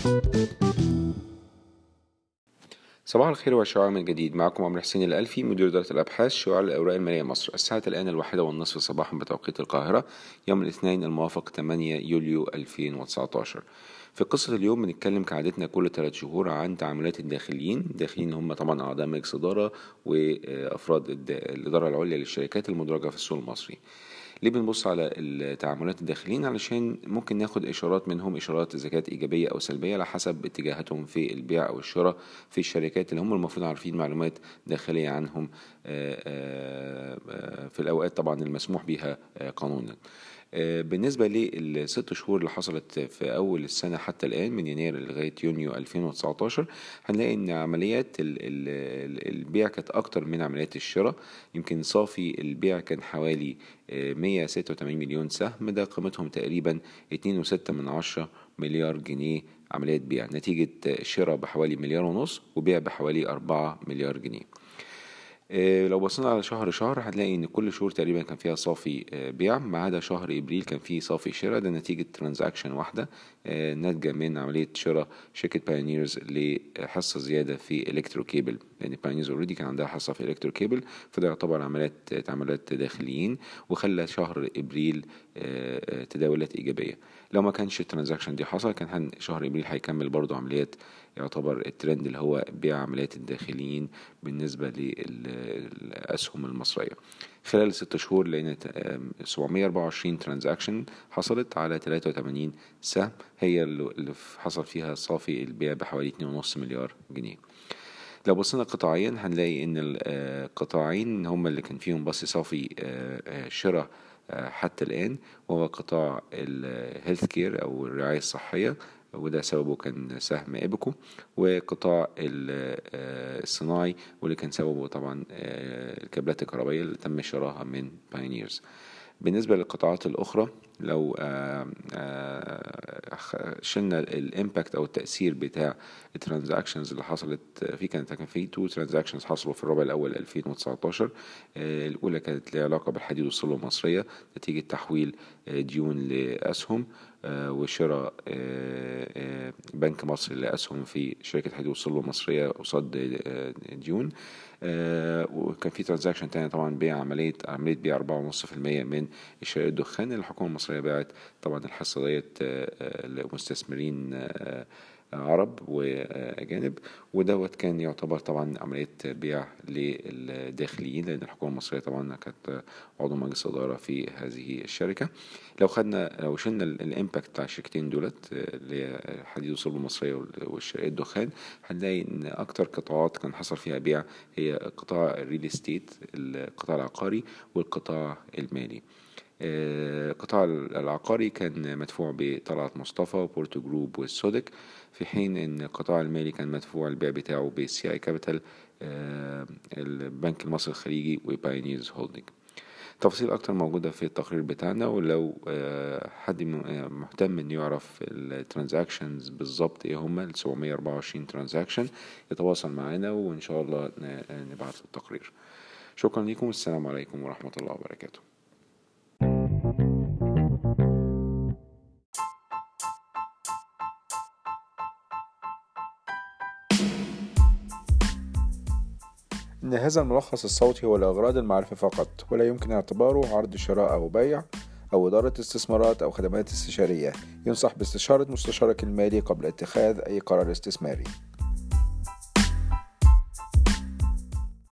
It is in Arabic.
صباح الخير والشعاع من جديد. معكم عمرو حسين الألفي، مدير إدارة الأبحاث شعاع الأوراق المالية مصر. الساعة الآن 1:30 صباحا بتوقيت القاهرة، يوم الاثنين الموافق 8 يوليو 2019. في قصة اليوم بنتكلم كعادتنا كل 3 شهور عن تعاملات الداخليين هم طبعا أعضاء مجلس إدارة وأفراد الإدارة العليا للشركات المدرجة في السوق المصري. ليه بنبص على التعاملات الداخليين؟ علشان ممكن ناخد إشارات منهم، إشارات إذا كانت إيجابية أو سلبية على حسب اتجاهاتهم في البيع أو الشراء في الشركات اللي هم المفروض عارفين معلومات داخلية عنهم في الأوقات طبعا المسموح بها قانونا. بالنسبة للست شهور اللي حصلت في أول السنة حتى الآن من يناير لغاية يونيو 2019، هنلاقي إن عمليات البيع كانت أكتر من عمليات الشراء. يمكن صافي البيع كان حوالي 186 مليون سهم، ده قيمتهم تقريبا 2.6 مليار جنيه عمليات بيع، نتيجة شراء بحوالي 1.5 مليار وبيع بحوالي 4 مليار جنيه. لو بصينا على شهر هنلاقي ان كل شهور تقريبا كان فيها صافي بيع، ما عدا شهر ابريل كان فيه صافي شراء، ده نتيجة ترانزاكشن واحدة ناتجة من عملية شراء شركة بايونيرز لحصة زيادة في الكترو كيبل، لان بايونيرز اوريدي كان عندها حصة في الكترو كيبل، فده يعتبر تعاملات داخليين وخلى شهر ابريل تداولات ايجابية. لو ما كانش الترانزاكشن دي حصل كان شهر ابريل هيكمل برضو عمليات، يعتبر الترند اللي هو بيع عمليات الداخليين بالنسبة للأسهم المصرية. خلال 6 شهور لقينا 724 ترانزاكشن حصلت على 83 سهم، هي اللي حصل فيها صافي البيع بحوالي 2.5 مليار جنيه. لو بصينا قطاعيا هنلاقي ان القطاعين هم اللي كان فيهم بس صافي شراء حتى الآن، وهو قطاع الهيلث كير أو الرعاية الصحية، وده سببه كان سهم إيبكو، وقطاع الصناعي واللي كان سببه طبعا الكابلات الكهربائية اللي تم شراها من بايونيرز. بالنسبة للقطاعات الأخرى لو شلنا الامباكت أو التأثير بتاع الترانزاكشنز اللي حصلت فيه، كان في 2 ترانزاكشنز حصلوا في الربع الأول 2019. الأولى كانت لها علاقة بالحديد والصلب المصرية نتيجة تحويل ديون لأسهم وشراء بنك مصر لأسهم في شركة حديد والصلب المصرية قصاد ديون. وكان في ترانزاكشن تاني طبعا بيع عملية بيع 4.5% من الشركات الدخان اللي الحكومة المصرية باعت طبعا الحصة ديت لمستثمرين عرب وأجانب، ودوت كان يعتبر طبعا عملية بيع للداخليين، لأن الحكومة المصرية طبعا كانت عضو مجلس إدارة في هذه الشركة. لو شلنا الامباكت بتاع الشركتين دولت اللي هي الحديد والصلب المصرية والشركات الدخان، هنلاقي إن أكتر قطاعات كان حصل فيها بيع هي قطاع الريل استيت، القطاع العقاري والقطاع المالي. القطاع العقاري كان مدفوع بطلعت مصطفى وبورتو جروب والسودك، في حين ان القطاع المالي كان مدفوع البيع بتاعه بالسي اي كابيتال، البنك المصري الخليجي وبايونيرز هولدنج. تفاصيل اكتر موجودة في التقرير بتاعنا، ولو حد مهتم انه يعرف الترانزاكشنز بالظبط ايه هما 724 ترانزاكشن يتواصل معنا وان شاء الله نبعث التقرير. شكرا لكم، السلام عليكم ورحمة الله وبركاته. إن هذا الملخص الصوتي هو لأغراض المعرفة فقط، ولا يمكن اعتباره عرض شراء أو بيع أو إدارة استثمارات أو خدمات استشارية. ينصح باستشارة مستشارك المالي قبل اتخاذ أي قرار استثماري.